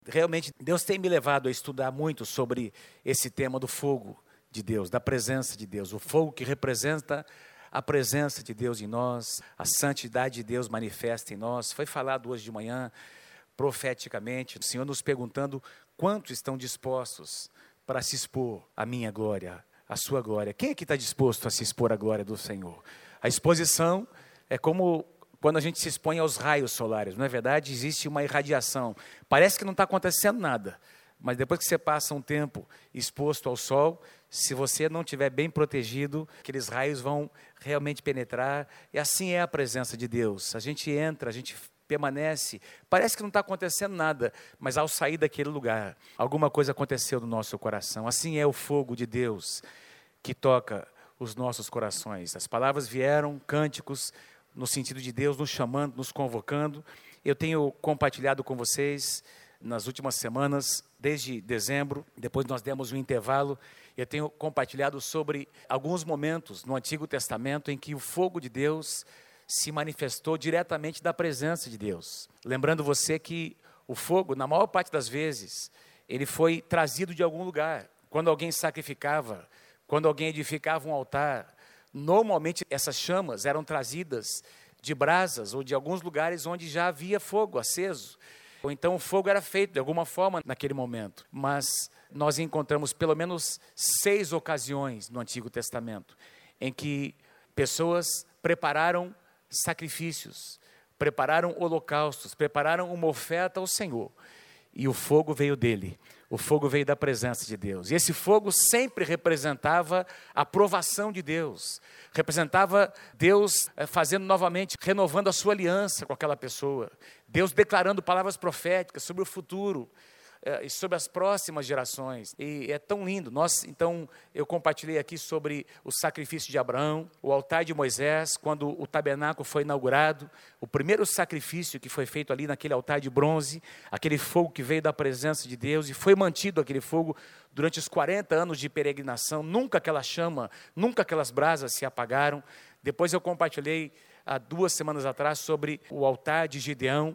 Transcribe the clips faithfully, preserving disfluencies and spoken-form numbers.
Realmente, Deus tem me levado a estudar muito sobre esse tema do fogo de Deus, da presença de Deus. O fogo que representa a presença de Deus em nós, a santidade de Deus manifesta em nós. Foi falado hoje de manhã, profeticamente, o Senhor nos perguntando quantos estão dispostos para se expor à minha glória, à sua glória. Quem é que está disposto a se expor à glória do Senhor? A exposição é como quando a gente se expõe aos raios solares, não é verdade? Existe uma irradiação. Parece que não está acontecendo nada, mas depois que você passa um tempo exposto ao sol, se você não estiver bem protegido, aqueles raios vão realmente penetrar, e assim é a presença de Deus. A gente entra, a gente permanece, parece que não está acontecendo nada, mas ao sair daquele lugar, alguma coisa aconteceu no nosso coração. Assim é o fogo de Deus que toca os nossos corações. As palavras vieram, cânticos, no sentido de Deus nos chamando, nos convocando. Eu tenho compartilhado com vocês nas últimas semanas, desde dezembro, depois nós demos um intervalo, eu tenho compartilhado sobre alguns momentos no Antigo Testamento em que o fogo de Deus se manifestou diretamente da presença de Deus. Lembrando você que o fogo, na maior parte das vezes, ele foi trazido de algum lugar. Quando alguém sacrificava, quando alguém edificava um altar, normalmente essas chamas eram trazidas de brasas ou de alguns lugares onde já havia fogo aceso. Ou então o fogo era feito de alguma forma naquele momento. Mas nós encontramos pelo menos seis ocasiões no Antigo Testamento em que pessoas prepararam sacrifícios, prepararam holocaustos, prepararam uma oferta ao Senhor. E o fogo veio dele, o fogo veio da presença de Deus. E esse fogo sempre representava a aprovação de Deus, representava Deus fazendo novamente, renovando a sua aliança com aquela pessoa, Deus declarando palavras proféticas sobre o futuro e sobre as próximas gerações. E é tão lindo. Nós, então, eu compartilhei aqui sobre o sacrifício de Abraão, o altar de Moisés, quando o tabernáculo foi inaugurado, o primeiro sacrifício que foi feito ali naquele altar de bronze, aquele fogo que veio da presença de Deus e foi mantido aquele fogo durante os quarenta anos de peregrinação. Nunca aquela chama, nunca aquelas brasas se apagaram. Depois eu compartilhei há duas semanas atrás sobre o altar de Gideão.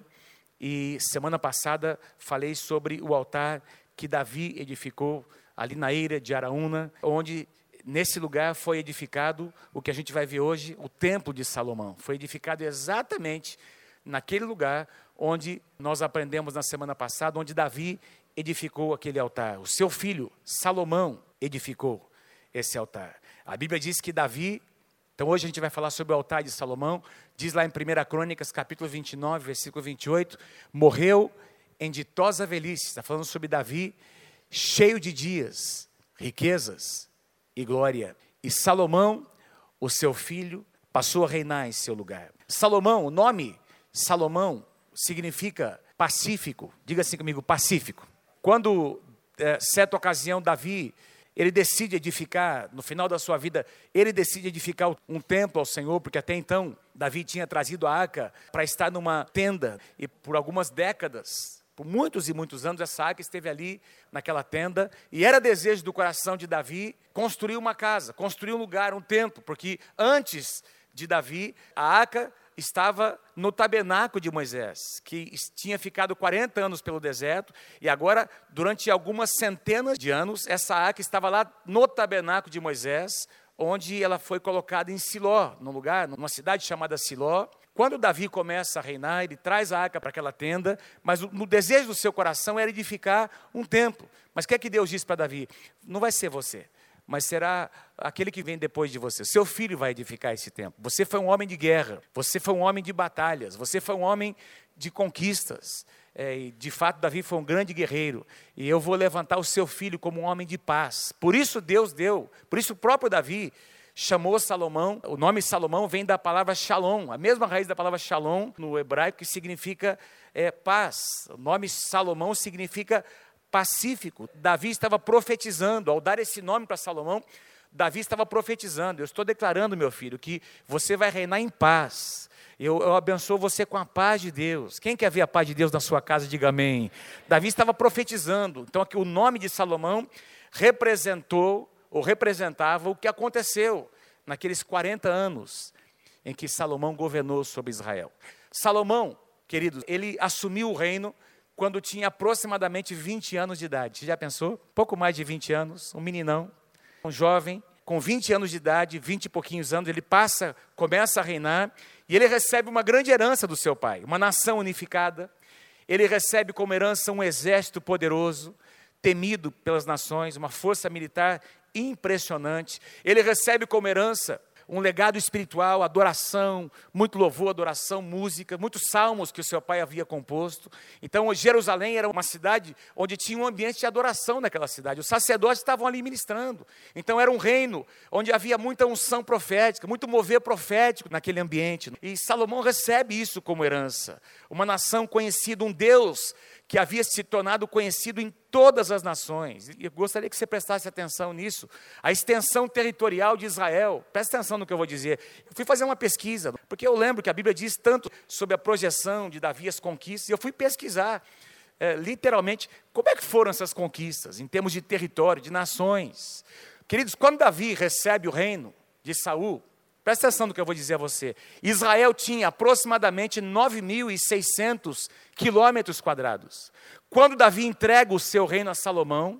E semana passada falei sobre o altar que Davi edificou ali na eira de Araúna, onde nesse lugar foi edificado o que a gente vai ver hoje, o Templo de Salomão. Foi edificado exatamente naquele lugar onde nós aprendemos na semana passada, onde Davi edificou aquele altar. O seu filho, Salomão, edificou esse altar. A Bíblia diz que Davi... Então hoje a gente vai falar sobre o altar de Salomão. Diz lá em primeira Crônicas, capítulo vinte e nove, versículo vinte e oito, morreu em ditosa velhice. Está falando sobre Davi, cheio de dias, riquezas e glória. E Salomão, o seu filho, passou a reinar em seu lugar. Salomão, o nome Salomão significa pacífico. Diga assim comigo, pacífico. Quando, é, certa ocasião, Davi... ele decide edificar, no final da sua vida, ele decide edificar um templo ao Senhor, porque até então, Davi tinha trazido a arca para estar numa tenda, e por algumas décadas, por muitos e muitos anos, essa arca esteve ali, naquela tenda, e era desejo do coração de Davi construir uma casa, construir um lugar, um templo, porque antes de Davi, a arca estava no tabernáculo de Moisés, que tinha ficado quarenta anos pelo deserto, e agora, durante algumas centenas de anos, essa arca estava lá no tabernáculo de Moisés, onde ela foi colocada em Siló, num lugar, numa cidade chamada Siló. Quando Davi começa a reinar, ele traz a arca para aquela tenda, mas no desejo do seu coração era edificar um templo. Mas o que é que Deus disse para Davi? Não vai ser você, mas será aquele que vem depois de você. Seu filho vai edificar esse templo. Você foi um homem de guerra, você foi um homem de batalhas, você foi um homem de conquistas. É, e de fato, Davi foi um grande guerreiro. E eu vou levantar o seu filho como um homem de paz. Por isso Deus deu, por isso o próprio Davi chamou Salomão. O nome Salomão vem da palavra shalom, a mesma raiz da palavra shalom no hebraico, que significa é, paz. O nome Salomão significa pacífico. Davi estava profetizando, ao dar esse nome para Salomão, Davi estava profetizando: eu estou declarando, meu filho, que você vai reinar em paz. Eu, eu abençoo você com a paz de Deus. Quem quer ver a paz de Deus na sua casa, diga amém. Davi estava profetizando. Então aqui o nome de Salomão representou, ou representava o que aconteceu naqueles quarenta anos em que Salomão governou sobre Israel. Salomão, queridos, ele assumiu o reino quando tinha aproximadamente vinte anos de idade. Você já pensou? Pouco mais de vinte anos, um meninão, um jovem, com vinte anos de idade, vinte e pouquinhos anos, ele passa, começa a reinar, e ele recebe uma grande herança do seu pai, uma nação unificada. Ele recebe como herança um exército poderoso, temido pelas nações, uma força militar impressionante. Ele recebe como herança um legado espiritual, adoração, muito louvor, adoração, música, muitos salmos que o seu pai havia composto. Então, Jerusalém era uma cidade onde tinha um ambiente de adoração naquela cidade. Os sacerdotes estavam ali ministrando. Então, era um reino onde havia muita unção profética, muito mover profético naquele ambiente. E Salomão recebe isso como herança. Uma nação conhecida, um Deus que havia se tornado conhecido em todas as nações. E eu gostaria que você prestasse atenção nisso. A extensão territorial de Israel. Presta atenção no que eu vou dizer. Eu fui fazer uma pesquisa, porque eu lembro que a Bíblia diz tanto sobre a projeção de Davi, as conquistas, e eu fui pesquisar, é, literalmente, como é que foram essas conquistas, em termos de território, de nações. Queridos, quando Davi recebe o reino de Saul, presta atenção no que eu vou dizer a você. Israel tinha aproximadamente nove mil e seiscentos quilômetros quadrados. Quando Davi entrega o seu reino a Salomão,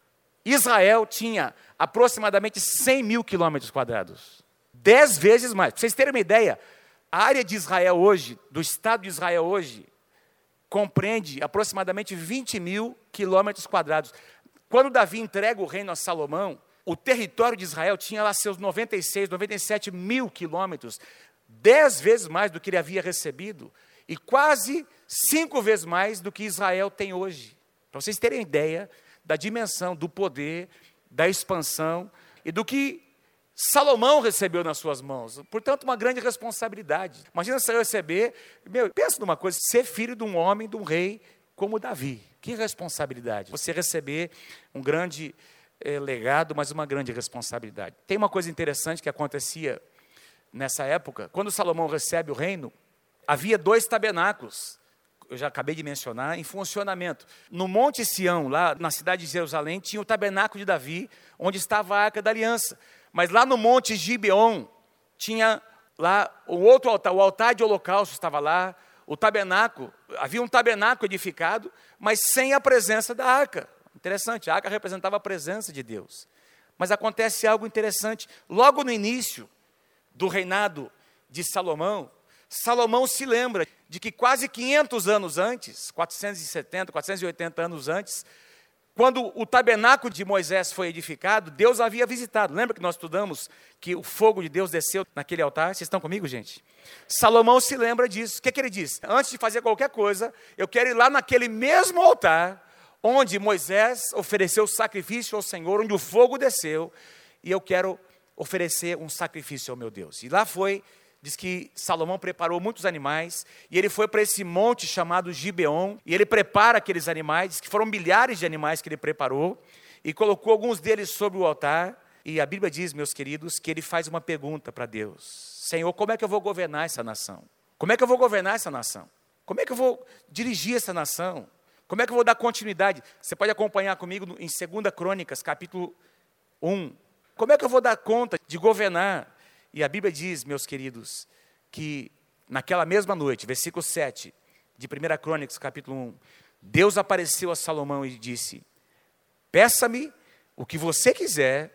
Israel tinha aproximadamente cem mil quilômetros quadrados. Dez vezes mais. Para vocês terem uma ideia, a área de Israel hoje, do estado de Israel hoje, compreende aproximadamente vinte mil quilômetros quadrados. Quando Davi entrega o reino a Salomão, o território de Israel tinha lá seus noventa e seis, noventa e sete mil quilômetros, dez vezes mais do que ele havia recebido, e quase cinco vezes mais do que Israel tem hoje. Para vocês terem ideia da dimensão, do poder, da expansão, e do que Salomão recebeu nas suas mãos. Portanto, uma grande responsabilidade. Imagina você receber, meu, pensa numa coisa, ser filho de um homem, de um rei como Davi. Que responsabilidade. Você receber um grande É, legado, mas uma grande responsabilidade. Tem uma coisa interessante que acontecia nessa época. Quando Salomão recebe o reino, havia dois tabernáculos, eu já acabei de mencionar, em funcionamento. No Monte Sião, lá na cidade de Jerusalém, tinha o tabernáculo de Davi, onde estava a Arca da Aliança. Mas lá no Monte Gibeon, tinha lá o outro altar, o altar de holocausto estava lá, o tabernáculo, havia um tabernáculo edificado, mas sem a presença da arca. Interessante, a arca representava a presença de Deus. Mas acontece algo interessante. Logo no início do reinado de Salomão, Salomão se lembra de que quase quinhentos anos antes, quatrocentos e setenta, quatrocentos e oitenta anos antes, quando o tabernáculo de Moisés foi edificado, Deus havia visitado. Lembra que nós estudamos que o fogo de Deus desceu naquele altar? Vocês estão comigo, gente? Salomão se lembra disso. O que, que ele disse? Antes de fazer qualquer coisa, eu quero ir lá naquele mesmo altar onde Moisés ofereceu o sacrifício ao Senhor, onde o fogo desceu, e eu quero oferecer um sacrifício ao meu Deus. E lá foi, diz que Salomão preparou muitos animais, e ele foi para esse monte chamado Gibeon, e ele prepara aqueles animais, diz que foram milhares de animais que ele preparou, e colocou alguns deles sobre o altar, e a Bíblia diz, meus queridos, que ele faz uma pergunta para Deus: Senhor, como é que eu vou governar essa nação? Como é que eu vou governar essa nação? Como é que eu vou dirigir essa nação? Como é que eu vou dar continuidade? Você pode acompanhar comigo em Segunda Crônicas, capítulo um. Como é que eu vou dar conta de governar? E a Bíblia diz, meus queridos, que naquela mesma noite, versículo sete, de Primeira Crônicas, capítulo um, Deus apareceu a Salomão e disse: peça-me o que você quiser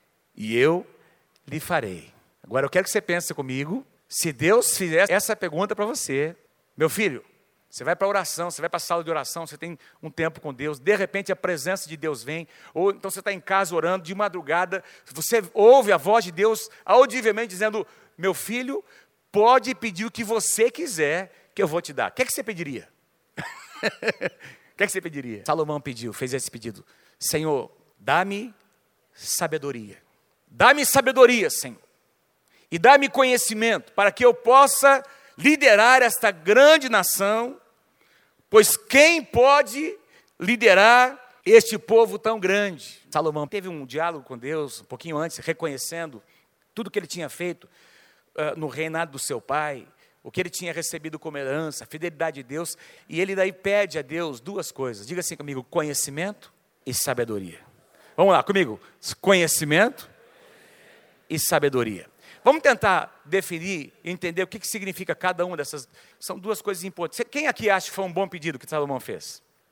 e eu lhe farei. Agora eu quero que você pense comigo, se Deus fizer essa pergunta para você, meu filho, você vai para a oração, você vai para a sala de oração, você tem um tempo com Deus, de repente a presença de Deus vem, ou então você está em casa orando, de madrugada, você ouve a voz de Deus audivelmente dizendo: meu filho, pode pedir o que você quiser, que eu vou te dar. O que é que você pediria? O que é que você pediria? Salomão pediu, fez esse pedido: Senhor, dá-me sabedoria, dá-me sabedoria, Senhor, e dá-me conhecimento, para que eu possa liderar esta grande nação, pois quem pode liderar este povo tão grande? Salomão teve um diálogo com Deus, um pouquinho antes, reconhecendo tudo que ele tinha feito uh, no reinado do seu pai, o que ele tinha recebido como herança, a fidelidade de Deus, e ele daí pede a Deus duas coisas. Diga assim comigo: conhecimento e sabedoria. Vamos lá comigo: conhecimento e sabedoria. Vamos tentar definir e entender o que, que significa cada uma dessas. São duas coisas importantes. Quem aqui acha que foi um bom pedido que Salomão fez?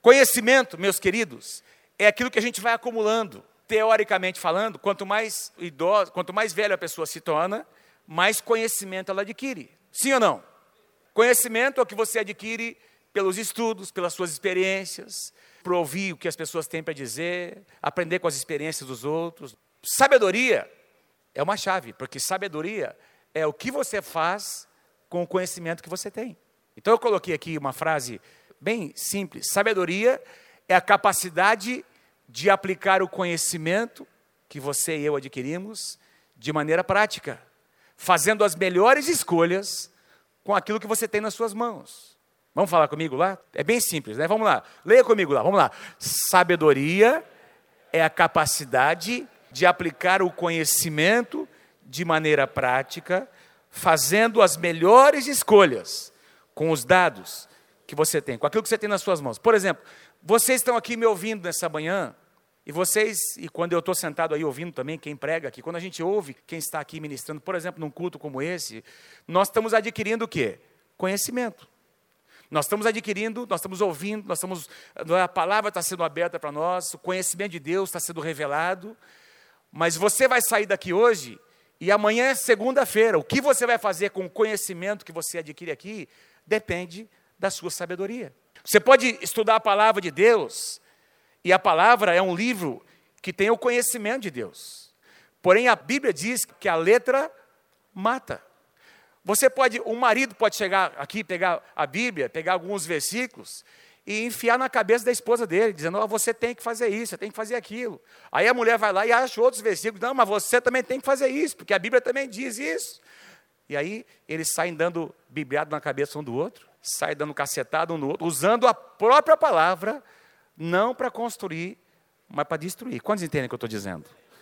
Conhecimento, meus queridos, é aquilo que a gente vai acumulando. Teoricamente falando, quanto mais idoso, quanto mais velha a pessoa se torna, mais conhecimento ela adquire. Sim ou não? Conhecimento é o que você adquire pelos estudos, pelas suas experiências, por ouvir o que as pessoas têm para dizer, aprender com as experiências dos outros. Sabedoria é uma chave, porque sabedoria é o que você faz com o conhecimento que você tem. Então eu coloquei aqui uma frase bem simples. Sabedoria é a capacidade de aplicar o conhecimento que você e eu adquirimos de maneira prática, fazendo as melhores escolhas com aquilo que você tem nas suas mãos. Vamos falar comigo lá? É bem simples, né? Vamos lá. Leia comigo lá, vamos lá. Sabedoria é a capacidade de aplicar o conhecimento de maneira prática, fazendo as melhores escolhas com os dados que você tem, com aquilo que você tem nas suas mãos. Por exemplo, vocês estão aqui me ouvindo nessa manhã, e vocês, e quando eu estou sentado aí ouvindo também, quem prega aqui, quando a gente ouve quem está aqui ministrando, por exemplo, num culto como esse, nós estamos adquirindo o quê? Conhecimento. Nós estamos adquirindo, nós estamos ouvindo, nós estamos, a palavra está sendo aberta para nós, o conhecimento de Deus está sendo revelado, mas você vai sair daqui hoje, e amanhã é segunda-feira. O que você vai fazer com o conhecimento que você adquire aqui, depende da sua sabedoria. Você pode estudar a palavra de Deus, e a palavra é um livro que tem o conhecimento de Deus. Porém, a Bíblia diz que a letra mata. Você pode, um marido pode chegar aqui, pegar a Bíblia, pegar alguns versículos e enfiar na cabeça da esposa dele, dizendo, oh, você tem que fazer isso, você tem que fazer aquilo. Aí a mulher vai lá e acha outros versículos, não, mas você também tem que fazer isso, porque a Bíblia também diz isso. E aí eles saem dando bibliado na cabeça um do outro, saem dando cacetado um no outro, usando a própria palavra, não para construir, mas para destruir. Quantos entendem o que eu estou dizendo?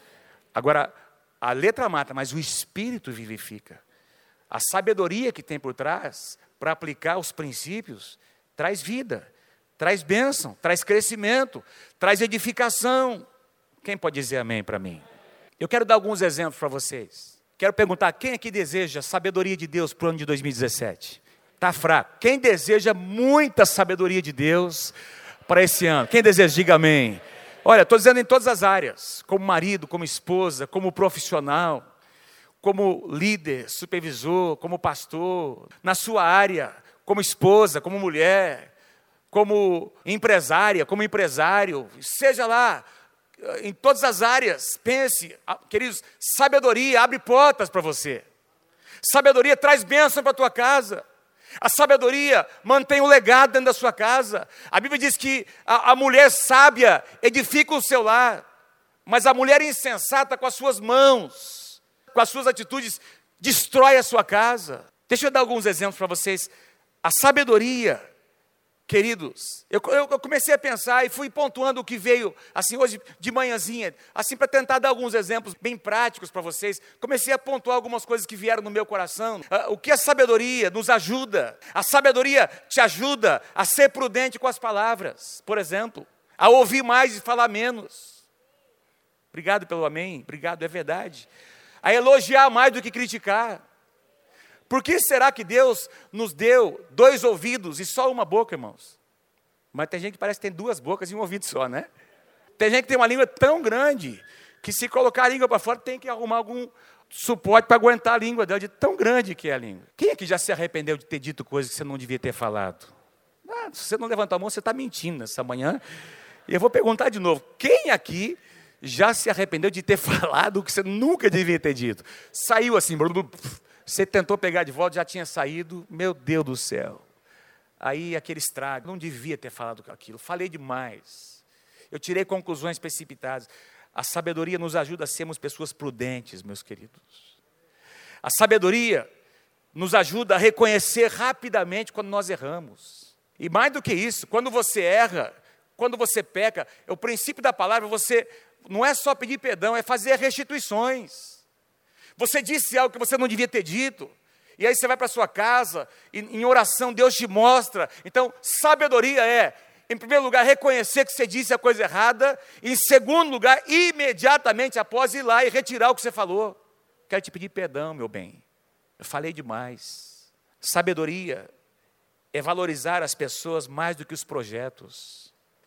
Agora, a letra mata, mas o Espírito vivifica. A sabedoria que tem por trás, para aplicar os princípios, traz vida, traz bênção, traz crescimento, traz edificação. Quem pode dizer amém para mim? Eu quero dar alguns exemplos para vocês. Quero perguntar, quem aqui deseja sabedoria de Deus para o ano de dois mil e dezessete? Está fraco. Quem deseja muita sabedoria de Deus para esse ano? Quem deseja, diga amém. Olha, estou dizendo em todas as áreas, como marido, como esposa, como profissional, como líder, supervisor, como pastor, na sua área, como esposa, como mulher, como empresária, como empresário, seja lá, em todas as áreas, pense, queridos, sabedoria abre portas para você, sabedoria traz bênção para a tua casa, a sabedoria mantém o legado dentro da sua casa. A Bíblia diz que a, a mulher sábia edifica o seu lar, mas a mulher insensata com as suas mãos, com as suas atitudes, destrói a sua casa. Deixa eu dar alguns exemplos para vocês. A sabedoria, queridos, eu, eu, eu comecei a pensar e fui pontuando o que veio, assim, hoje de manhãzinha, assim, para tentar dar alguns exemplos bem práticos para vocês. Comecei a pontuar algumas coisas que vieram no meu coração. Uh, o que a sabedoria nos ajuda? A sabedoria te ajuda a ser prudente com as palavras, por exemplo, a ouvir mais e falar menos. Obrigado pelo amém, obrigado, é verdade. A elogiar mais do que criticar. Por que será que Deus nos deu dois ouvidos e só uma boca, irmãos? Mas tem gente que parece que tem duas bocas e um ouvido só, né? Tem gente que tem uma língua tão grande que se colocar a língua para fora tem que arrumar algum suporte para aguentar a língua dela, de tão grande que é a língua. Quem aqui já se arrependeu de ter dito coisas que você não devia ter falado? Ah, se você não levantou a mão, você está mentindo nessa manhã. E eu vou perguntar de novo, quem aqui já se arrependeu de ter falado o que você nunca devia ter dito? Saiu assim, você tentou pegar de volta, já tinha saído, meu Deus do céu. Aí aquele estrago, não devia ter falado aquilo, falei demais. Eu tirei conclusões precipitadas. A sabedoria nos ajuda a sermos pessoas prudentes, meus queridos. A sabedoria nos ajuda a reconhecer rapidamente quando nós erramos. E mais do que isso, quando você erra, quando você peca, é o princípio da palavra, você não é só pedir perdão, é fazer restituições. Você disse algo que você não devia ter dito, e aí você vai para a sua casa, e em oração Deus te mostra. Então, sabedoria é, em primeiro lugar, reconhecer que você disse a coisa errada, e em segundo lugar, imediatamente após ir lá e retirar o que você falou. Quero te pedir perdão, meu bem, eu falei demais. Sabedoria é valorizar as pessoas mais do que os projetos.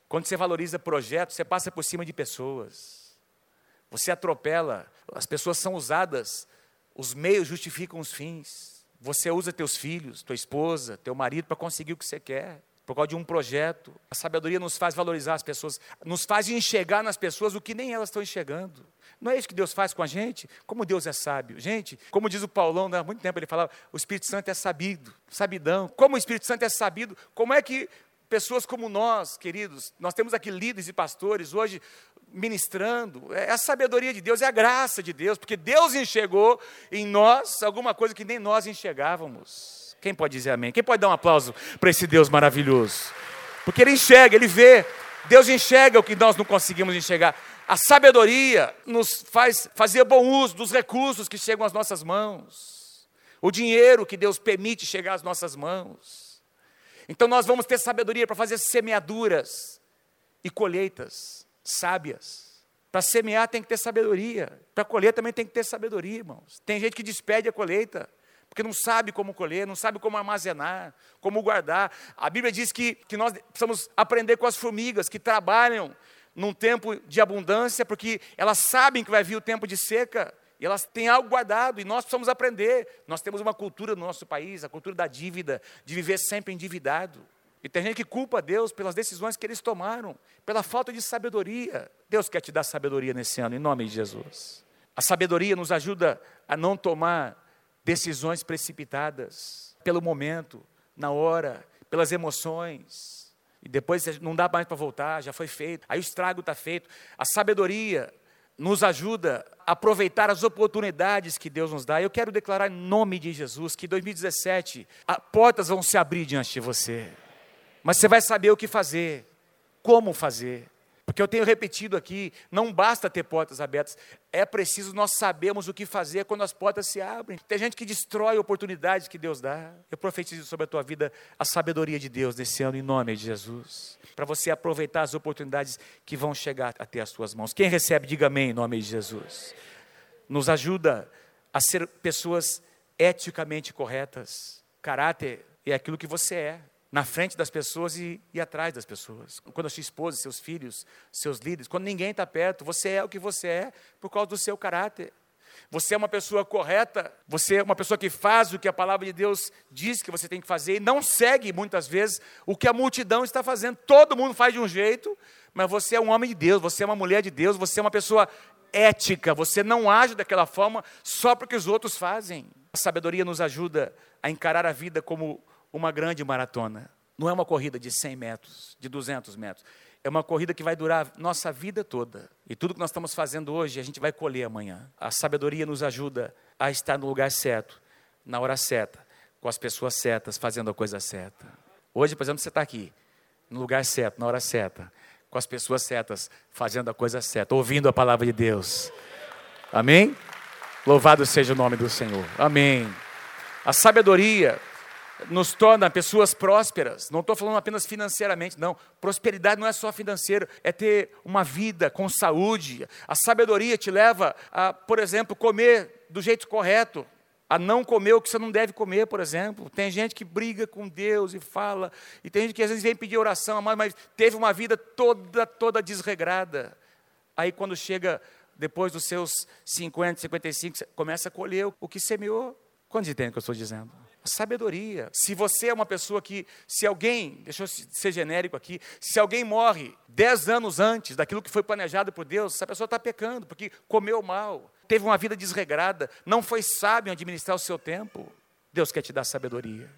Quando você valoriza projetos, você passa por cima de pessoas. Você atropela, as pessoas são usadas, os meios justificam os fins. Você usa teus filhos, tua esposa, teu marido para conseguir o que você quer, por causa de um projeto. A sabedoria nos faz valorizar as pessoas, nos faz enxergar nas pessoas o que nem elas estão enxergando. Não é isso que Deus faz com a gente? Como Deus é sábio. Gente, como diz o Paulão, há muito tempo ele falava, o Espírito Santo é sabido, sabidão. Como o Espírito Santo é sabido, como é que pessoas como nós, queridos, nós temos aqui líderes e pastores hoje ministrando, é a sabedoria de Deus, é a graça de Deus, porque Deus enxergou em nós alguma coisa que nem nós enxergávamos. Quem pode dizer amém? Quem pode dar um aplauso para esse Deus maravilhoso? Porque Ele enxerga, Ele vê, Deus enxerga o que nós não conseguimos enxergar. A sabedoria nos faz fazer bom uso dos recursos que chegam às nossas mãos, o dinheiro que Deus permite chegar às nossas mãos. Então nós vamos ter sabedoria para fazer semeaduras e colheitas sábias. Para semear tem que ter sabedoria, para colher também tem que ter sabedoria, irmãos. Tem gente que despede a colheita, porque não sabe como colher, não sabe como armazenar, como guardar. A Bíblia diz que, que nós precisamos aprender com as formigas, que trabalham num tempo de abundância, porque elas sabem que vai vir o tempo de seca, e elas têm algo guardado, e nós precisamos aprender. Nós temos uma cultura no nosso país, a cultura da dívida, de viver sempre endividado. E tem gente que culpa Deus pelas decisões que eles tomaram, pela falta de sabedoria. Deus quer te dar sabedoria nesse ano, em nome de Jesus. A sabedoria nos ajuda a não tomar decisões precipitadas, pelo momento, na hora, pelas emoções. E depois não dá mais para voltar, já foi feito. Aí o estrago está feito. A sabedoria nos ajuda a aproveitar as oportunidades que Deus nos dá. Eu quero declarar em nome de Jesus que em dois mil e dezessete, as portas vão se abrir diante de você. Mas você vai saber o que fazer, como fazer. Porque eu tenho repetido aqui, não basta ter portas abertas, é preciso nós sabermos o que fazer quando as portas se abrem. Tem gente que destrói oportunidades que Deus dá. Eu profetizo sobre a tua vida a sabedoria de Deus nesse ano, em nome de Jesus. Para você aproveitar as oportunidades que vão chegar até as tuas mãos. Quem recebe, diga amém, em nome de Jesus. Nos ajuda a ser pessoas eticamente corretas. Caráter é aquilo que você é. Na frente das pessoas e, e atrás das pessoas. Quando a sua esposa, seus filhos, seus líderes, quando ninguém está perto, você é o que você é por causa do seu caráter. Você é uma pessoa correta, você é uma pessoa que faz o que a palavra de Deus diz que você tem que fazer e não segue, muitas vezes, o que a multidão está fazendo. Todo mundo faz de um jeito, mas você é um homem de Deus, você é uma mulher de Deus, você é uma pessoa ética, você não age daquela forma só porque os outros fazem. A sabedoria nos ajuda a encarar a vida como uma grande maratona. Não é uma corrida de cem metros, de duzentos metros. É uma corrida que vai durar nossa vida toda. E tudo que nós estamos fazendo hoje, a gente vai colher amanhã. A sabedoria nos ajuda a estar no lugar certo, na hora certa, com as pessoas certas, fazendo a coisa certa. Hoje, por exemplo, você está aqui, no lugar certo, na hora certa, com as pessoas certas, fazendo a coisa certa, ouvindo a palavra de Deus. Amém? Louvado seja o nome do Senhor. Amém. A sabedoria nos torna pessoas prósperas. Não estou falando apenas financeiramente, não. Prosperidade não é só financeiro, é ter uma vida com saúde. A sabedoria te leva a, por exemplo, comer do jeito correto, a não comer o que você não deve comer, por exemplo. Tem gente que briga com Deus e fala, e tem gente que às vezes vem pedir oração, mas teve uma vida toda, toda desregrada. Aí quando chega depois dos seus cinquenta, cinquenta e cinco, começa a colher o que semeou. Quantos entendem o que eu estou dizendo? Sabedoria. Se você é uma pessoa que, se alguém, deixa eu ser genérico aqui, se alguém morre dez anos antes daquilo que foi planejado por Deus, essa pessoa está pecando, porque comeu mal, teve uma vida desregrada, não foi sábio em administrar o seu tempo. Deus quer te dar sabedoria.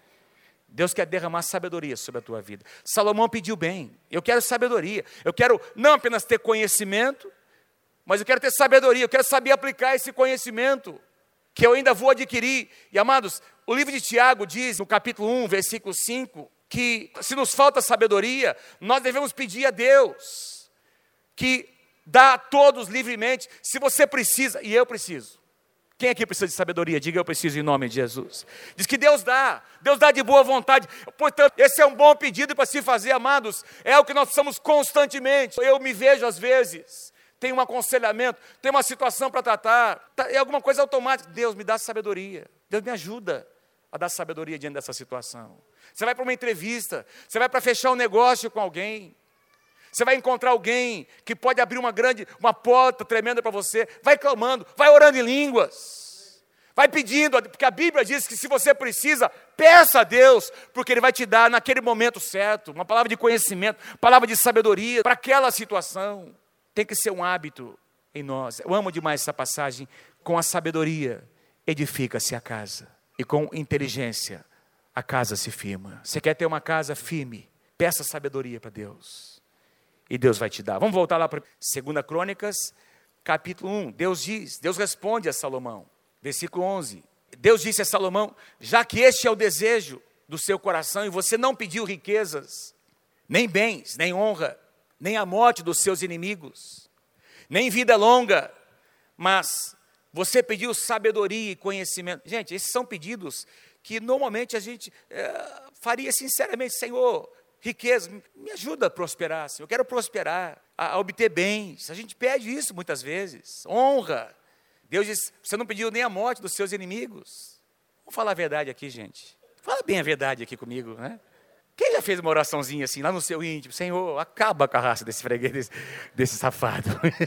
Deus quer derramar sabedoria sobre a tua vida. Salomão pediu bem, eu quero sabedoria, eu quero não apenas ter conhecimento, mas eu quero ter sabedoria, eu quero saber aplicar esse conhecimento que eu ainda vou adquirir. E amados, o livro de Tiago diz, no capítulo um, versículo cinco, que se nos falta sabedoria, nós devemos pedir a Deus, que dá a todos livremente. Se você precisa, e eu preciso. Quem aqui precisa de sabedoria? Diga, eu preciso, em nome de Jesus. Diz que Deus dá, Deus dá de boa vontade. Portanto, esse é um bom pedido para se fazer, amados. É o que nós precisamos constantemente. Eu me vejo às vezes, tem um aconselhamento, tem uma situação para tratar, é alguma coisa automática. Deus me dá sabedoria, Deus me ajuda a dar sabedoria diante dessa situação. Você vai para uma entrevista, você vai para fechar um negócio com alguém, Você vai encontrar alguém que pode abrir uma grande, uma porta tremenda para você. Vai clamando, vai orando em línguas. Vai pedindo, porque a Bíblia diz que se você precisa, peça a Deus, porque Ele vai te dar naquele momento certo, uma palavra de conhecimento, palavra de sabedoria para aquela situação. Tem que ser um hábito em nós. Eu amo demais essa passagem. Com a sabedoria edifica-se a casa, e com inteligência a casa se firma. Você quer ter uma casa firme? Peça sabedoria para Deus. E Deus vai te dar. Vamos voltar lá para Segunda Crônicas, capítulo um. Deus diz, Deus responde a Salomão. Versículo onze. Deus disse a Salomão: já que este é o desejo do seu coração, e você não pediu riquezas, nem bens, nem honra, nem a morte dos seus inimigos, nem vida longa, mas você pediu sabedoria e conhecimento. Gente, esses são pedidos que normalmente a gente é, faria sinceramente. Senhor, riqueza, me ajuda a prosperar, Senhor. Eu quero prosperar, a, a obter bens. A gente pede isso muitas vezes. Honra. Deus diz, você não pediu nem a morte dos seus inimigos. Vamos falar a verdade aqui, gente. Fala bem a verdade aqui comigo, né? Quem já fez uma oraçãozinha assim, lá no seu íntimo? Senhor, acaba com a raça desse freguês, desse, desse safado.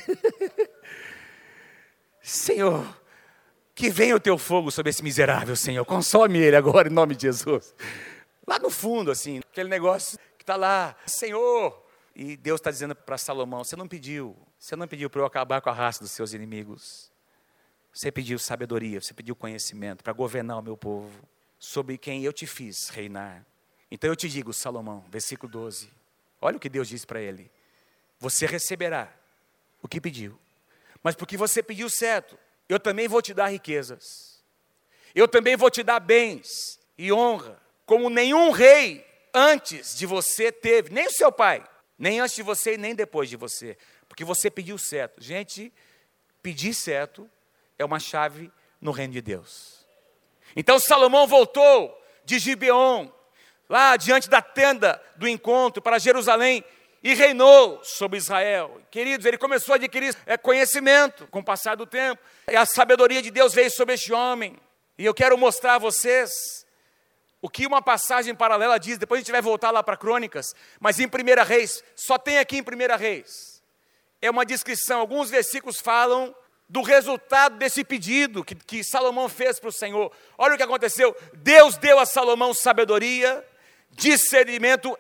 Senhor, que venha o teu fogo sobre esse miserável, Senhor. Consome ele agora, em nome de Jesus. Lá no fundo, assim, aquele negócio que está lá, Senhor. E Deus está dizendo para Salomão, você não pediu, você não pediu para eu acabar com a raça dos seus inimigos. Você pediu sabedoria, você pediu conhecimento para governar o meu povo, sobre quem eu te fiz reinar. Então eu te digo, Salomão, versículo doze, olha o que Deus diz para ele. Você receberá o que pediu, mas porque você pediu certo, eu também vou te dar riquezas. Eu também vou te dar bens e honra, como nenhum rei antes de você teve, nem o seu pai, nem antes de você e nem depois de você, porque você pediu certo. Gente, pedir certo é uma chave no reino de Deus. Então Salomão voltou de Gibeon, lá diante da tenda do encontro, para Jerusalém, e reinou sobre Israel. Queridos, ele começou a adquirir conhecimento com o passar do tempo, e a sabedoria de Deus veio sobre este homem. E eu quero mostrar a vocês o que uma passagem paralela diz. Depois a gente vai voltar lá para Crônicas, mas em Primeira Reis, só tem aqui em Primeira Reis, é uma descrição, alguns versículos falam do resultado desse pedido que, que Salomão fez para o Senhor. Olha o que aconteceu. Deus deu a Salomão sabedoria, discernimento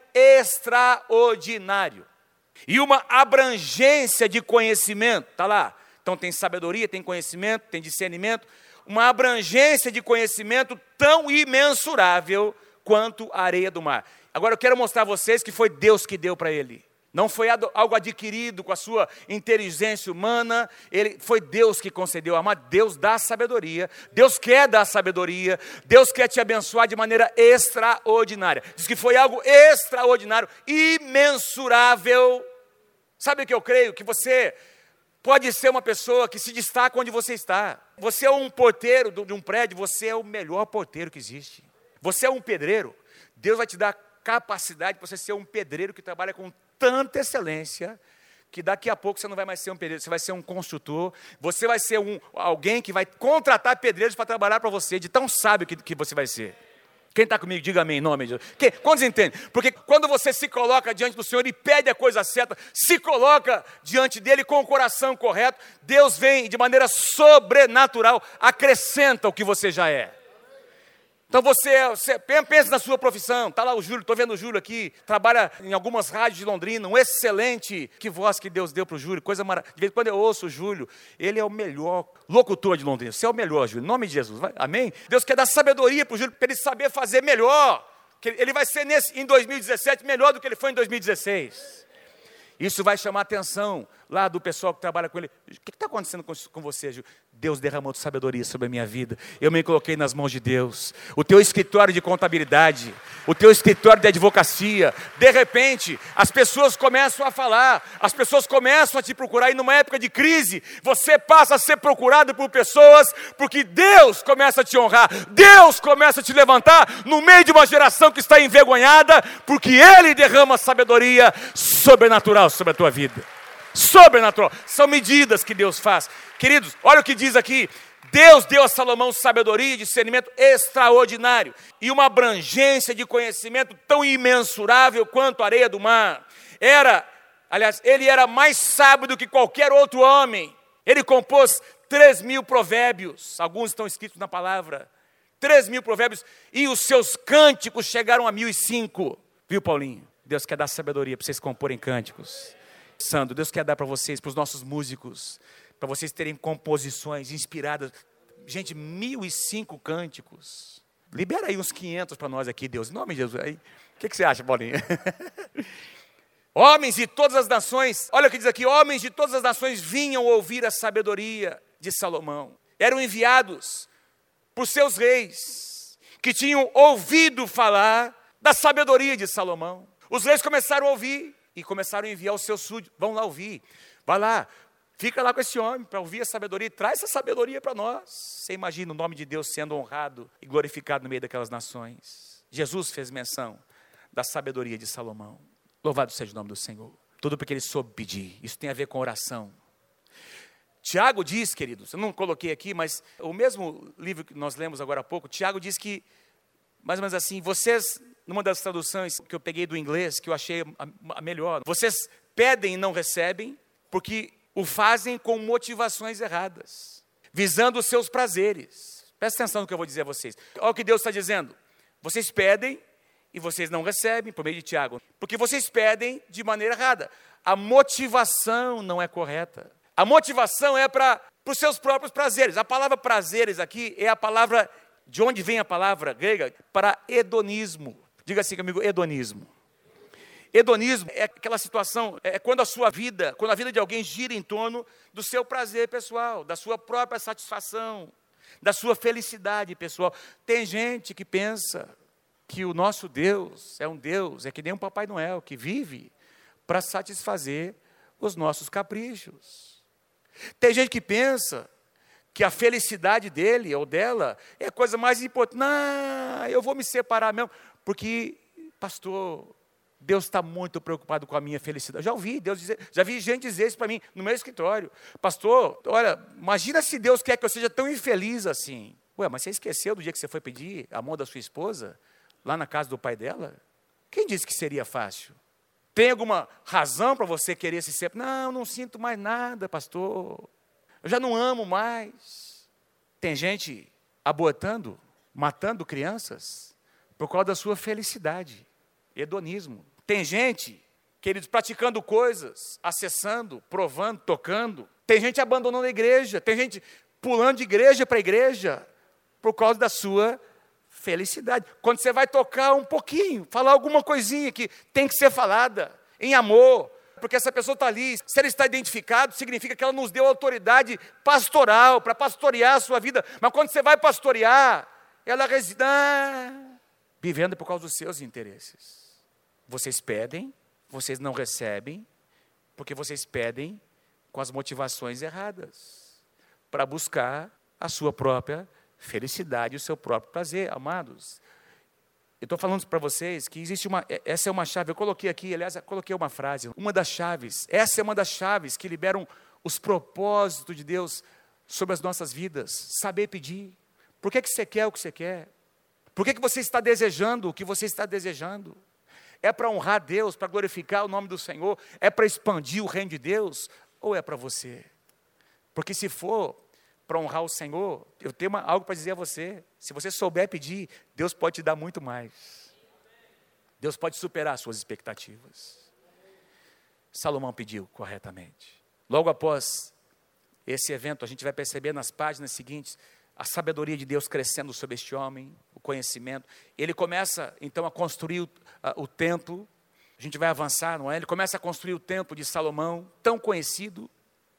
extraordinário e uma abrangência de conhecimento. Está lá. Então tem sabedoria, tem conhecimento, tem discernimento, uma abrangência de conhecimento tão imensurável quanto a areia do mar. Agora eu quero mostrar a vocês que foi Deus que deu para ele. Não foi algo adquirido com a sua inteligência humana, ele, foi Deus que concedeu. Mas Deus dá sabedoria, Deus quer dar sabedoria, Deus quer te abençoar de maneira extraordinária. Diz que foi algo extraordinário, imensurável. Sabe o que eu creio? Que você pode ser uma pessoa que se destaca onde você está. Você é um porteiro de um prédio, você é o melhor porteiro que existe. Você é um pedreiro, Deus vai te dar capacidade para você ser um pedreiro que trabalha com tanta excelência, que daqui a pouco você não vai mais ser um pedreiro, você vai ser um construtor, você vai ser um, alguém que vai contratar pedreiros para trabalhar para você, de tão sábio que, que você vai ser. Quem está comigo, diga amém, em nome de Deus. Quem, quantos entendem? Porque quando você se coloca diante do Senhor e pede a coisa certa, se coloca diante dele com o coração correto, Deus vem de maneira sobrenatural, acrescenta o que você já é. Então você, você pensa na sua profissão, está lá o Júlio, estou vendo o Júlio aqui, trabalha em algumas rádios de Londrina, um excelente, que voz que Deus deu para o Júlio, coisa maravilhosa. De vez em quando eu ouço o Júlio, ele é o melhor locutor de Londrina, você é o melhor, Júlio, em nome de Jesus, vai, amém? Deus quer dar sabedoria para o Júlio, para ele saber fazer melhor, que ele vai ser nesse, em dois mil e dezessete melhor do que ele foi em dois mil e dezesseis. Isso vai chamar a atenção lá do pessoal que trabalha com ele. O que está acontecendo com, com você, Júlio? Deus derramou de sabedoria sobre a minha vida. Eu me coloquei nas mãos de Deus. O teu escritório de contabilidade, o teu escritório de advocacia, de repente, as pessoas começam a falar, as pessoas começam a te procurar, e numa época de crise, você passa a ser procurado por pessoas, porque Deus começa a te honrar, Deus começa a te levantar, no meio de uma geração que está envergonhada, porque Ele derrama sabedoria sobrenatural sobre a tua vida. Sobrenatural, são medidas que Deus faz. Queridos, olha o que diz aqui. Deus deu a Salomão sabedoria e discernimento extraordinário e uma abrangência de conhecimento tão imensurável quanto a areia do mar. Era Aliás, ele era mais sábio do que qualquer outro homem. Ele compôs três mil provérbios, alguns estão escritos na palavra, três mil provérbios, e os seus cânticos chegaram a mil e cinco. Viu, Paulinho? Deus quer dar sabedoria para vocês comporem cânticos. Sandro, Deus quer dar para vocês, para os nossos músicos, para vocês terem composições inspiradas. Gente, mil e cinco cânticos. Libera aí uns quinhentos para nós aqui, Deus, em nome de Jesus. Aí, o que, que você acha, Paulinho? Homens de todas as nações, olha o que diz aqui, homens de todas as nações vinham ouvir a sabedoria de Salomão. Eram enviados por seus reis, que tinham ouvido falar da sabedoria de Salomão. Os reis começaram a ouvir e começaram a enviar os seus súditos. Vão lá ouvir, vai lá, fica lá com esse homem para ouvir a sabedoria, traz essa sabedoria para nós. Você imagina o nome de Deus sendo honrado e glorificado no meio daquelas nações. Jesus fez menção da sabedoria de Salomão. Louvado seja o nome do Senhor. Tudo porque ele soube pedir. Isso tem a ver com oração. Tiago diz, queridos, eu não coloquei aqui, mas o mesmo livro que nós lemos agora há pouco, Tiago diz que, mais ou menos assim, vocês, numa das traduções que eu peguei do inglês, que eu achei a, a melhor, vocês pedem e não recebem, porque o fazem com motivações erradas, visando os seus prazeres. Presta atenção no que eu vou dizer a vocês. Olha o que Deus está dizendo. Vocês pedem e vocês não recebem, por meio de Tiago, porque vocês pedem de maneira errada. A motivação não é correta. A motivação é para os seus próprios prazeres. A palavra prazeres aqui é a palavra, de onde vem a palavra grega? Para hedonismo. Diga assim comigo, hedonismo. Hedonismo é aquela situação, é quando a sua vida, quando a vida de alguém gira em torno do seu prazer pessoal, da sua própria satisfação, da sua felicidade pessoal. Tem gente que pensa que o nosso Deus é um Deus, é que nem um Papai Noel, que vive para satisfazer os nossos caprichos. Tem gente que pensa que a felicidade dele ou dela é a coisa mais importante. Não, eu vou me separar mesmo, porque, pastor, Deus está muito preocupado com a minha felicidade. Já ouvi Deus dizer, já vi gente dizer isso para mim no meu escritório. Pastor, olha, imagina se Deus quer que eu seja tão infeliz assim. Ué, mas você esqueceu do dia que você foi pedir a mão da sua esposa, lá na casa do pai dela? Quem disse que seria fácil? Tem alguma razão para você querer se separar? Não, não sinto mais nada, pastor. Eu já não amo mais. Tem gente abortando, matando crianças, por causa da sua felicidade. Hedonismo. Tem gente, queridos, praticando coisas, acessando, provando, tocando. Tem gente abandonando a igreja. Tem gente pulando de igreja para igreja, por causa da sua felicidade. Quando você vai tocar um pouquinho, falar alguma coisinha que tem que ser falada, em amor, porque essa pessoa está ali, se ela está identificado, significa que ela nos deu autoridade pastoral, para pastorear a sua vida, mas quando você vai pastorear, ela reside, ah, vivendo por causa dos seus interesses. Vocês pedem, vocês não recebem, porque vocês pedem com as motivações erradas, para buscar a sua própria felicidade, o seu próprio prazer, amados. Eu estou falando para vocês que existe uma, essa é uma chave, eu coloquei aqui, aliás, eu coloquei uma frase, uma das chaves, essa é uma das chaves que liberam os propósitos de Deus sobre as nossas vidas, saber pedir. Por que que você quer o que você quer? Por que que você está desejando o que você está desejando? É para honrar Deus, para glorificar o nome do Senhor? É para expandir o reino de Deus? Ou é para você? Porque se for para honrar o Senhor, eu tenho uma, algo para dizer a você. Se você souber pedir, Deus pode te dar muito mais. Deus pode superar as suas expectativas. Salomão pediu corretamente. Logo após esse evento, a gente vai perceber nas páginas seguintes a sabedoria de Deus crescendo sobre este homem, o conhecimento. Ele começa, então, a construir o, a, o templo. A gente vai avançar, não é? Ele começa a construir o templo de Salomão, tão conhecido.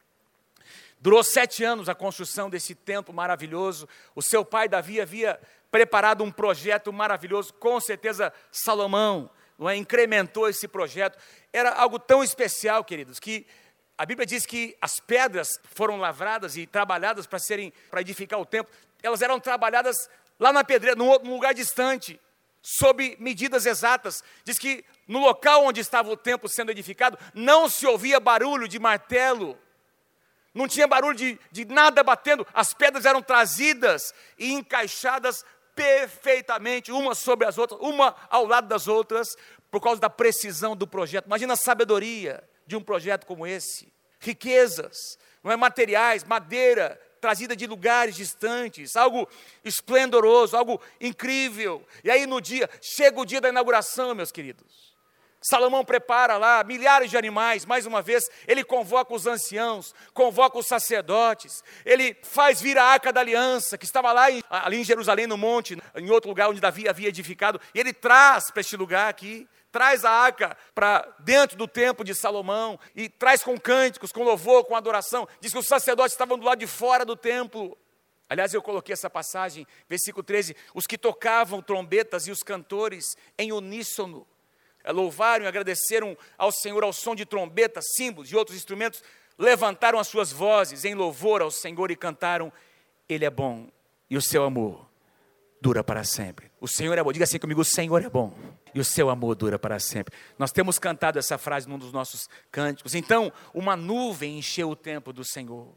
Durou sete anos a construção desse templo maravilhoso. O seu pai, Davi, havia preparado um projeto maravilhoso. Com certeza, Salomão, não é, incrementou esse projeto. Era algo tão especial, queridos, que a Bíblia diz que as pedras foram lavradas e trabalhadas para serem, para edificar o templo. Elas eram trabalhadas lá na pedreira, num, num lugar distante, sob medidas exatas. Diz que no local onde estava o templo sendo edificado, não se ouvia barulho de martelo. Não tinha barulho de, de nada batendo, as pedras eram trazidas e encaixadas perfeitamente, umas sobre as outras, uma ao lado das outras, por causa da precisão do projeto. Imagina a sabedoria de um projeto como esse? Riquezas, não é, materiais, madeira, trazida de lugares distantes, algo esplendoroso, algo incrível. E aí no dia, chega o dia da inauguração, meus queridos. Salomão prepara lá milhares de animais, mais uma vez, ele convoca os anciãos, convoca os sacerdotes, ele faz vir a Arca da Aliança, que estava lá em, ali em Jerusalém, no monte, em outro lugar onde Davi havia edificado, e ele traz para este lugar aqui, traz a arca para dentro do templo de Salomão, e traz com cânticos, com louvor, com adoração. Diz que os sacerdotes estavam do lado de fora do templo. Aliás, eu coloquei essa passagem, versículo treze, os que tocavam trombetas e os cantores em uníssono, louvaram e agradeceram ao Senhor ao som de trombetas, símbolos e outros instrumentos, levantaram as suas vozes em louvor ao Senhor e cantaram, Ele é bom e o seu amor dura para sempre. O Senhor é bom, diga assim comigo, o Senhor é bom e o seu amor dura para sempre. Nós temos cantado essa frase num dos nossos cânticos. Então, uma nuvem encheu o templo do Senhor,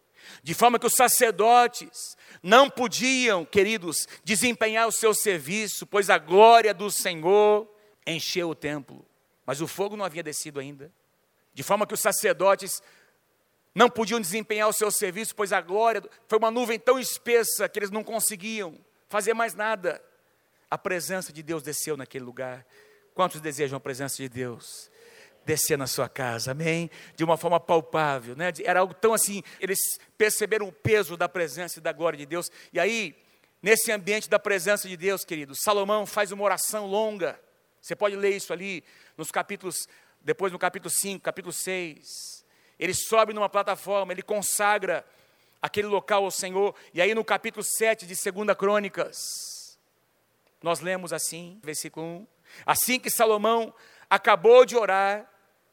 de forma que os sacerdotes não podiam, queridos, desempenhar o seu serviço, pois a glória do Senhor encheu o templo, mas o fogo não havia descido ainda, de forma que os sacerdotes não podiam desempenhar o seu serviço, pois a glória, foi uma nuvem tão espessa que eles não conseguiam fazer mais nada. A presença de Deus desceu naquele lugar. Quantos desejam a presença de Deus descer na sua casa, amém? De uma forma palpável, né? Era algo tão assim, eles perceberam o peso da presença e da glória de Deus, e aí, nesse ambiente da presença de Deus, queridos, Salomão faz uma oração longa. Você pode ler isso ali, nos capítulos, depois no capítulo cinco, capítulo seis. Ele sobe numa plataforma, ele consagra aquele local ao Senhor. E aí no capítulo sete de segunda Crônicas, nós lemos assim, versículo um. Assim que Salomão acabou de orar,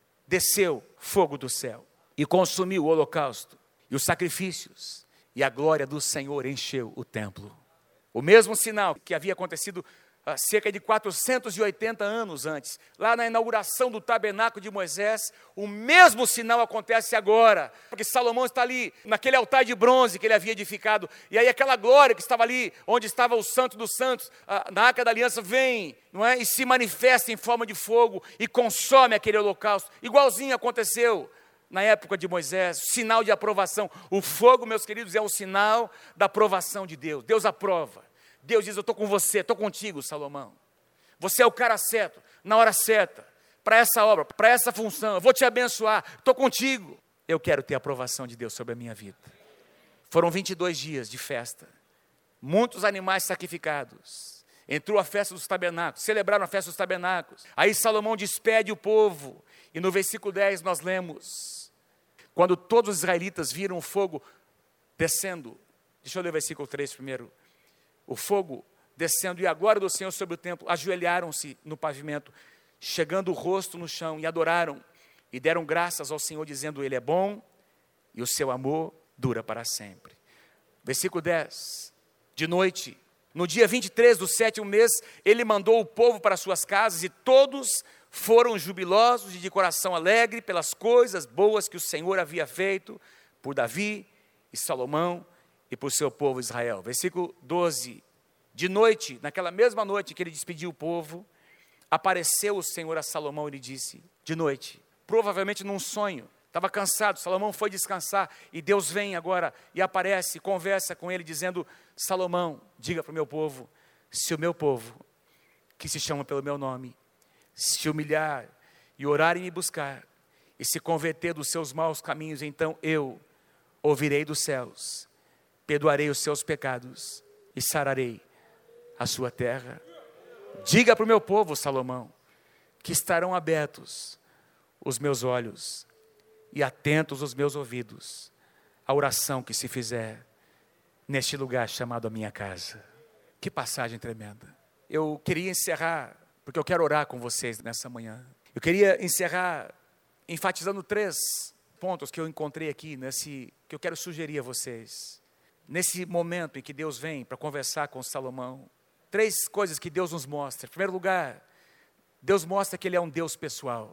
desceu fogo do céu e consumiu o holocausto e os sacrifícios. E a glória do Senhor encheu o templo. O mesmo sinal que havia acontecido cerca de quatrocentos e oitenta anos antes, lá na inauguração do tabernáculo de Moisés, o mesmo sinal acontece agora, porque Salomão está ali, naquele altar de bronze que ele havia edificado, e aí aquela glória que estava ali, onde estava o Santo dos Santos, na Arca da Aliança, vem, não é? E se manifesta em forma de fogo, e consome aquele holocausto, igualzinho aconteceu na época de Moisés, sinal de aprovação. O fogo, meus queridos, é um sinal da aprovação de Deus. Deus aprova. Deus diz, eu estou com você, estou contigo, Salomão. Você é o cara certo, na hora certa, para essa obra, para essa função. Eu vou te abençoar, estou contigo. Eu quero ter a aprovação de Deus sobre a minha vida. Foram vinte e dois dias de festa. Muitos animais sacrificados. Entrou a festa dos tabernáculos, celebraram a festa dos tabernáculos. Aí Salomão despede o povo. E no versículo dez nós lemos, quando todos os israelitas viram o fogo descendo. Deixa eu ler o versículo três primeiro. O fogo descendo e a glória do Senhor sobre o templo, ajoelharam-se no pavimento, chegando o rosto no chão, e adoraram, e deram graças ao Senhor, dizendo, Ele é bom, e o seu amor dura para sempre. Versículo dez, de noite, no dia vinte e três do sétimo mês, Ele mandou o povo para suas casas, e todos foram jubilosos e de coração alegre, pelas coisas boas que o Senhor havia feito, por Davi e Salomão, e por seu povo Israel. Versículo doze, de noite, naquela mesma noite que ele despediu o povo, apareceu o Senhor a Salomão e lhe disse, de noite, provavelmente num sonho, estava cansado, Salomão foi descansar, e Deus vem agora e aparece, conversa com ele, dizendo, Salomão, diga para o meu povo, se o meu povo, que se chama pelo meu nome, se humilhar e orar e me buscar, e se converter dos seus maus caminhos, então eu ouvirei dos céus, perdoarei os seus pecados e sararei a sua terra. Diga para o meu povo, Salomão, que estarão abertos os meus olhos e atentos os meus ouvidos à oração que se fizer neste lugar chamado a minha casa. Que passagem tremenda. Eu queria encerrar, porque eu quero orar com vocês nessa manhã. Eu queria encerrar enfatizando três pontos que eu encontrei aqui, nesse, que eu quero sugerir a vocês. Nesse momento em que Deus vem para conversar com Salomão, três coisas que Deus nos mostra. Em primeiro lugar, Deus mostra que Ele é um Deus pessoal.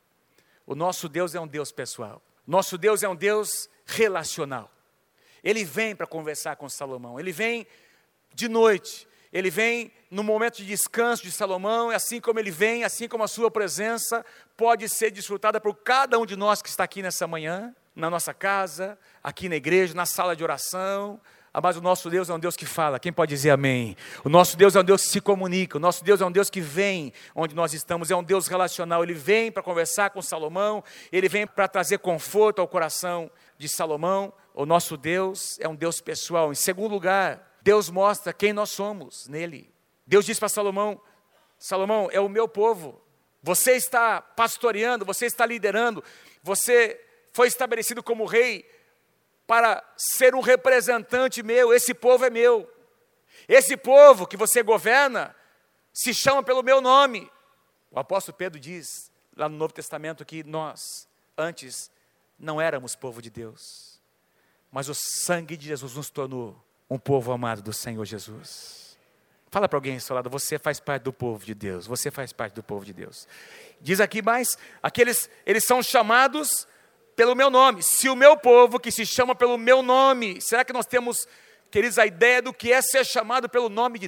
O nosso Deus é um Deus pessoal. Nosso Deus é um Deus relacional. Ele vem para conversar com Salomão. Ele vem de noite. Ele vem no momento de descanso de Salomão, e assim como ele vem, assim como a sua presença pode ser desfrutada por cada um de nós que está aqui nessa manhã, na nossa casa, aqui na igreja, na sala de oração. Mas o nosso Deus é um Deus que fala. Quem pode dizer amém? O nosso Deus é um Deus que se comunica. O nosso Deus é um Deus que vem onde nós estamos. É um Deus relacional. Ele vem para conversar com Salomão. Ele vem para trazer conforto ao coração de Salomão. O nosso Deus é um Deus pessoal. Em segundo lugar, Deus mostra quem nós somos nele. Deus diz para Salomão: Salomão, é o meu povo. Você está pastoreando, você está liderando. Você foi estabelecido como rei para ser um representante meu. Esse povo é meu. Esse povo que você governa se chama pelo meu nome. O apóstolo Pedro diz, lá no Novo Testamento, que nós, antes, não éramos povo de Deus, mas o sangue de Jesus nos tornou um povo amado do Senhor Jesus. Fala para alguém ao seu lado: você faz parte do povo de Deus, você faz parte do povo de Deus. Diz aqui mais, aqueles, eles são chamados pelo meu nome. Se o meu povo que se chama pelo meu nome, será que nós temos, queridos, a ideia do que é ser chamado pelo nome de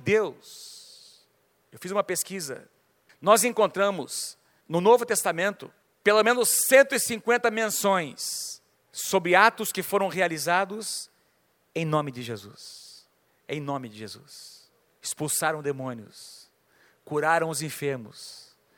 Deus? Eu fiz uma pesquisa. Nós encontramos no Novo Testamento pelo menos cento e cinquenta menções sobre atos que foram realizados em nome de Jesus. Em nome de Jesus. Expulsaram demônios, curaram os enfermos.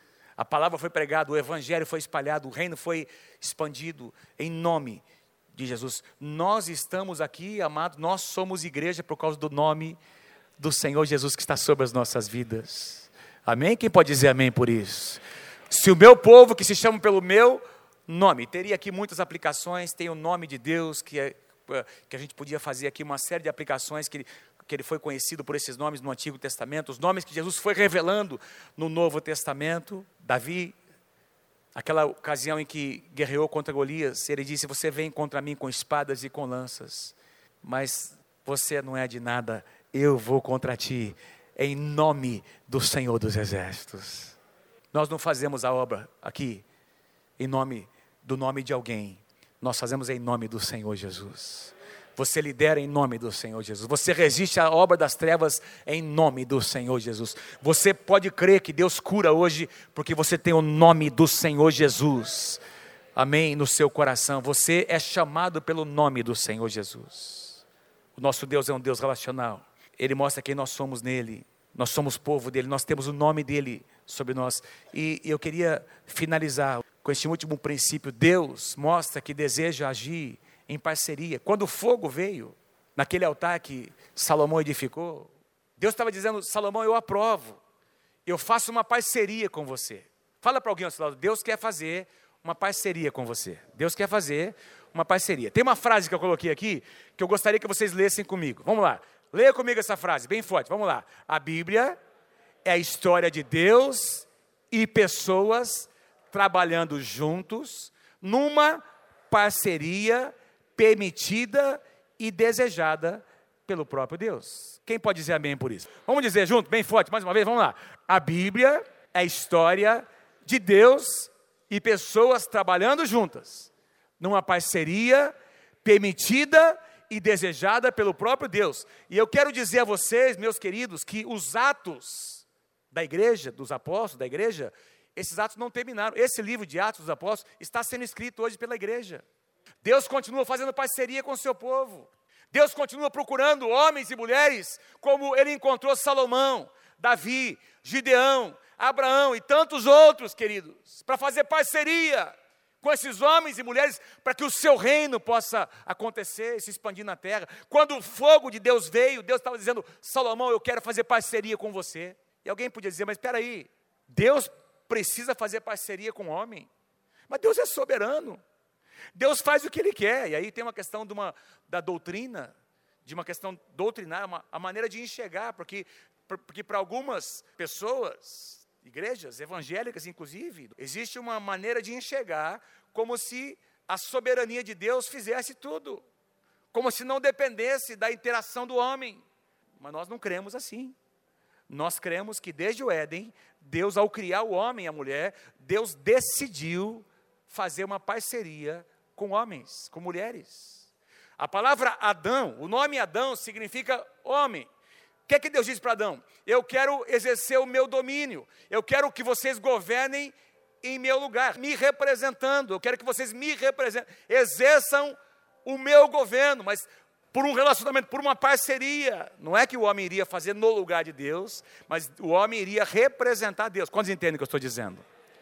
A palavra foi pregada, o evangelho foi espalhado, o reino foi expandido em nome de Jesus. Nós estamos aqui, amados, nós somos igreja por causa do nome do Senhor Jesus que está sobre as nossas vidas. Amém? Quem pode dizer amém por isso? Se o meu povo que se chama pelo meu nome, teria aqui muitas aplicações, tem o nome de Deus, que, é, que a gente podia fazer aqui uma série de aplicações que ele, que ele foi conhecido por esses nomes no Antigo Testamento, os nomes que Jesus foi revelando no Novo Testamento. Davi, aquela ocasião em que guerreou contra Golias, ele disse: você vem contra mim com espadas e com lanças, mas você não é de nada, eu vou contra ti, em nome do Senhor dos Exércitos. Nós não fazemos a obra aqui em nome do nome de alguém, nós fazemos em nome do Senhor Jesus. Você lidera em nome do Senhor Jesus. Você resiste à obra das trevas em nome do Senhor Jesus. Você pode crer que Deus cura hoje, porque você tem o nome do Senhor Jesus. Amém? No seu coração. Você é chamado pelo nome do Senhor Jesus. O nosso Deus é um Deus relacional. Ele mostra quem nós somos nele. Nós somos povo dele. Nós temos o nome dele sobre nós. E eu queria finalizar com este último princípio. Deus mostra que deseja agir em parceria. Quando o fogo veio naquele altar que Salomão edificou, Deus estava dizendo: Salomão, eu aprovo, eu faço uma parceria com você. Fala para alguém ao seu lado: Deus quer fazer uma parceria com você. Deus quer fazer uma parceria. Tem uma frase que eu coloquei aqui, que eu gostaria que vocês lessem comigo. Vamos lá, leia comigo essa frase, bem forte, vamos lá. A Bíblia é a história de Deus e pessoas trabalhando juntos, numa parceria permitida e desejada pelo próprio Deus. Quem pode dizer amém por isso? Vamos dizer junto, bem forte, mais uma vez, vamos lá. A Bíblia é a história de Deus e pessoas trabalhando juntas, numa parceria permitida e desejada pelo próprio Deus. E eu quero dizer a vocês, meus queridos, que os atos da igreja, dos apóstolos da igreja, esses atos não terminaram. Esse livro de Atos dos Apóstolos está sendo escrito hoje pela igreja. Deus continua fazendo parceria com o seu povo. Deus continua procurando homens e mulheres, como ele encontrou Salomão, Davi, Gideão, Abraão e tantos outros, queridos, para fazer parceria com esses homens e mulheres, para que o seu reino possa acontecer, se expandir na terra. Quando o fogo de Deus veio, Deus estava dizendo: Salomão, eu quero fazer parceria com você. E alguém podia dizer: mas espera aí, Deus precisa fazer parceria com o homem? Mas Deus é soberano. Deus faz o que Ele quer. E aí tem uma questão de uma, da doutrina, de uma questão doutrinária, uma, a maneira de enxergar, porque, porque para algumas pessoas, igrejas evangélicas inclusive, existe uma maneira de enxergar como se a soberania de Deus fizesse tudo, como se não dependesse da interação do homem. Mas nós não cremos assim. Nós cremos que desde o Éden, Deus, ao criar o homem e a mulher, Deus decidiu fazer uma parceria com homens, com mulheres. A palavra Adão, o nome Adão significa homem. que é que Deus disse para Adão? Eu quero exercer o meu domínio, eu quero que vocês governem em meu lugar, me representando, eu quero que vocês me representem, exerçam o meu governo, mas por um relacionamento, por uma parceria. Não é que o homem iria fazer no lugar de Deus, mas o homem iria representar Deus. Quantos entendem o que eu estou dizendo?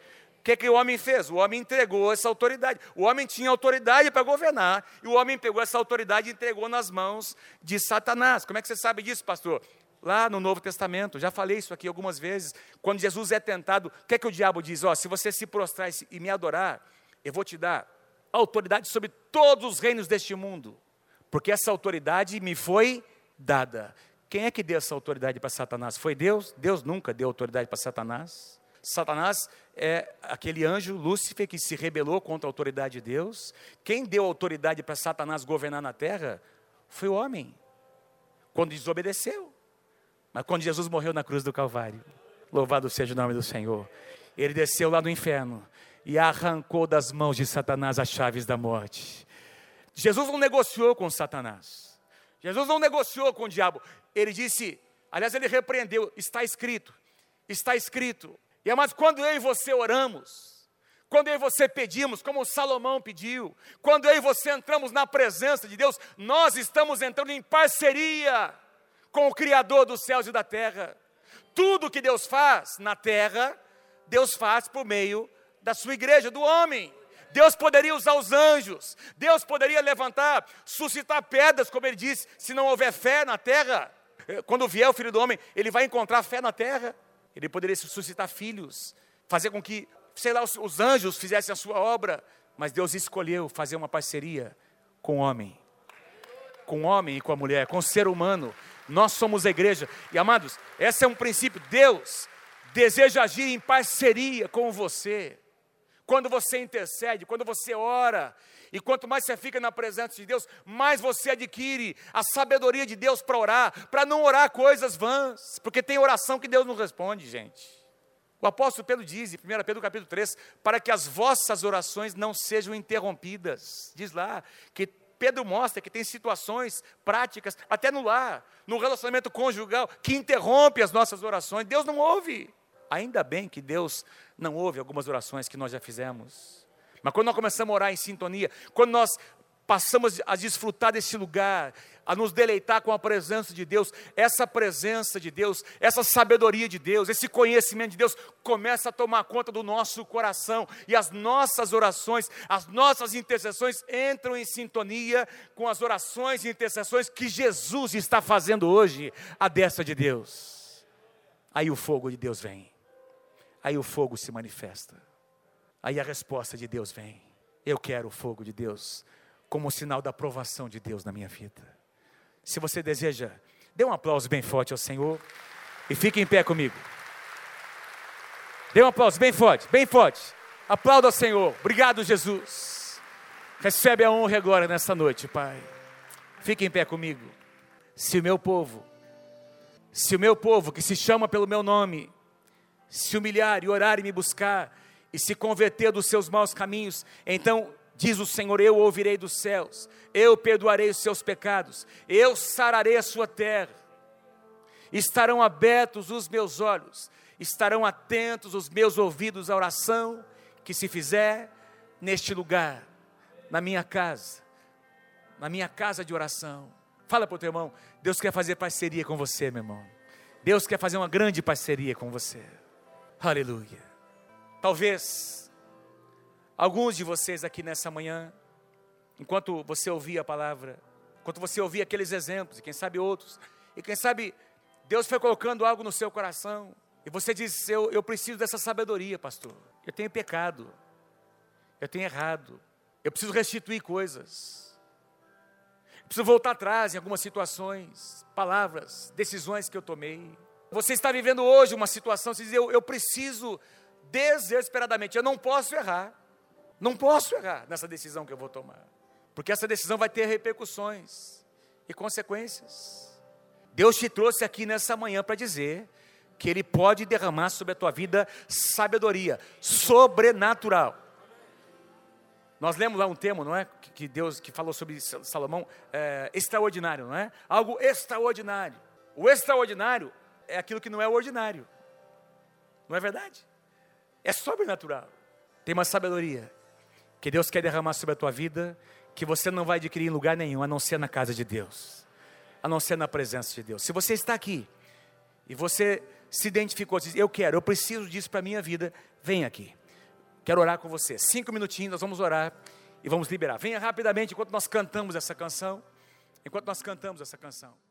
O que, que o homem fez? O homem entregou essa autoridade. O homem tinha autoridade para governar, e o homem pegou essa autoridade e entregou nas mãos de Satanás. Como é que você sabe disso, pastor? Lá no Novo Testamento, já falei isso aqui algumas vezes, quando Jesus é tentado, o que é que o diabo diz? Ó, se você se prostrar e me adorar, eu vou te dar autoridade sobre todos os reinos deste mundo, porque essa autoridade me foi dada. Quem é que deu essa autoridade para Satanás? Foi Deus? Deus nunca deu autoridade para Satanás. Satanás é aquele anjo, Lúcifer, que se rebelou contra a autoridade de Deus. Quem deu autoridade para Satanás governar na terra foi o homem, quando desobedeceu. Mas quando Jesus morreu na cruz do Calvário, louvado seja o nome do Senhor, ele desceu lá do inferno e arrancou das mãos de Satanás as chaves da morte. Jesus não negociou com Satanás, Jesus não negociou com o diabo, ele disse, aliás ele repreendeu, está escrito, está escrito. E amados, quando eu e você oramos, quando eu e você pedimos, como Salomão pediu, quando eu e você entramos na presença de Deus, nós estamos entrando em parceria com o Criador dos céus e da terra. Tudo que Deus faz na terra, Deus faz por meio da sua igreja, do homem. Deus poderia usar os anjos, Deus poderia levantar, suscitar pedras, como ele disse, se não houver fé na terra. Quando vier o Filho do Homem, ele vai encontrar fé na terra. Ele poderia suscitar filhos, fazer com que, sei lá, os, os anjos fizessem a sua obra, mas Deus escolheu fazer uma parceria com o homem, com o homem e com a mulher, com o ser humano. Nós somos a igreja, e amados, esse é um princípio. Deus deseja agir em parceria com você. Quando você intercede, quando você ora, e quanto mais você fica na presença de Deus, mais você adquire a sabedoria de Deus para orar, para não orar coisas vãs, porque tem oração que Deus não responde, gente. O apóstolo Pedro diz, em primeiro Pedro capítulo três, para que as vossas orações não sejam interrompidas. Diz lá, que Pedro mostra que tem situações práticas, até no lar, no relacionamento conjugal, que interrompe as nossas orações. Deus não ouve. Ainda bem que Deus não ouve algumas orações que nós já fizemos. Mas quando nós começamos a orar em sintonia, quando nós passamos a desfrutar desse lugar, a nos deleitar com a presença de Deus, essa presença de Deus, essa sabedoria de Deus, esse conhecimento de Deus, começa a tomar conta do nosso coração, e as nossas orações, as nossas intercessões entram em sintonia com as orações e intercessões que Jesus está fazendo hoje à destra de Deus. Aí o fogo de Deus vem, aí o fogo se manifesta, aí a resposta de Deus vem. Eu quero o fogo de Deus como sinal da aprovação de Deus na minha vida. Se você deseja, dê um aplauso bem forte ao Senhor e fique em pé comigo. Dê um aplauso bem forte, bem forte. Aplauda ao Senhor. Obrigado, Jesus. Recebe a honra e a glória nesta noite, Pai. Fique em pé comigo. Se o meu povo, se o meu povo que se chama pelo meu nome, se humilhar e orar e me buscar e se converter dos seus maus caminhos, então diz o Senhor, eu ouvirei dos céus, eu perdoarei os seus pecados, eu sararei a sua terra, estarão abertos os meus olhos, estarão atentos os meus ouvidos à oração que se fizer neste lugar, na minha casa, na minha casa de oração. Fala para o teu irmão, Deus quer fazer parceria com você, meu irmão. Deus quer fazer uma grande parceria com você. Aleluia. Talvez alguns de vocês aqui nessa manhã, enquanto você ouvia a palavra, enquanto você ouvia aqueles exemplos, e quem sabe outros, e quem sabe Deus foi colocando algo no seu coração, e você diz, eu, eu preciso dessa sabedoria, pastor, eu tenho pecado, eu tenho errado, eu preciso restituir coisas, eu preciso voltar atrás em algumas situações, palavras, decisões que eu tomei. Você está vivendo hoje uma situação, você diz, eu, eu preciso desesperadamente, eu não posso errar, não posso errar nessa decisão que eu vou tomar, porque essa decisão vai ter repercussões e consequências. Deus te trouxe aqui nessa manhã para dizer que Ele pode derramar sobre a tua vida sabedoria sobrenatural. Nós lemos lá um termo, não é? Que Deus, que falou sobre Salomão, é, extraordinário, não é? Algo extraordinário. O extraordinário é aquilo que não é o ordinário. Não é verdade? É sobrenatural. Tem uma sabedoria que Deus quer derramar sobre a tua vida, que você não vai adquirir em lugar nenhum, a não ser na casa de Deus, a não ser na presença de Deus. Se você está aqui e você se identificou, diz, eu quero, eu preciso disso para a minha vida, vem aqui. Quero orar com você. Cinco minutinhos, nós vamos orar e vamos liberar. Venha rapidamente enquanto nós cantamos essa canção. Enquanto nós cantamos essa canção.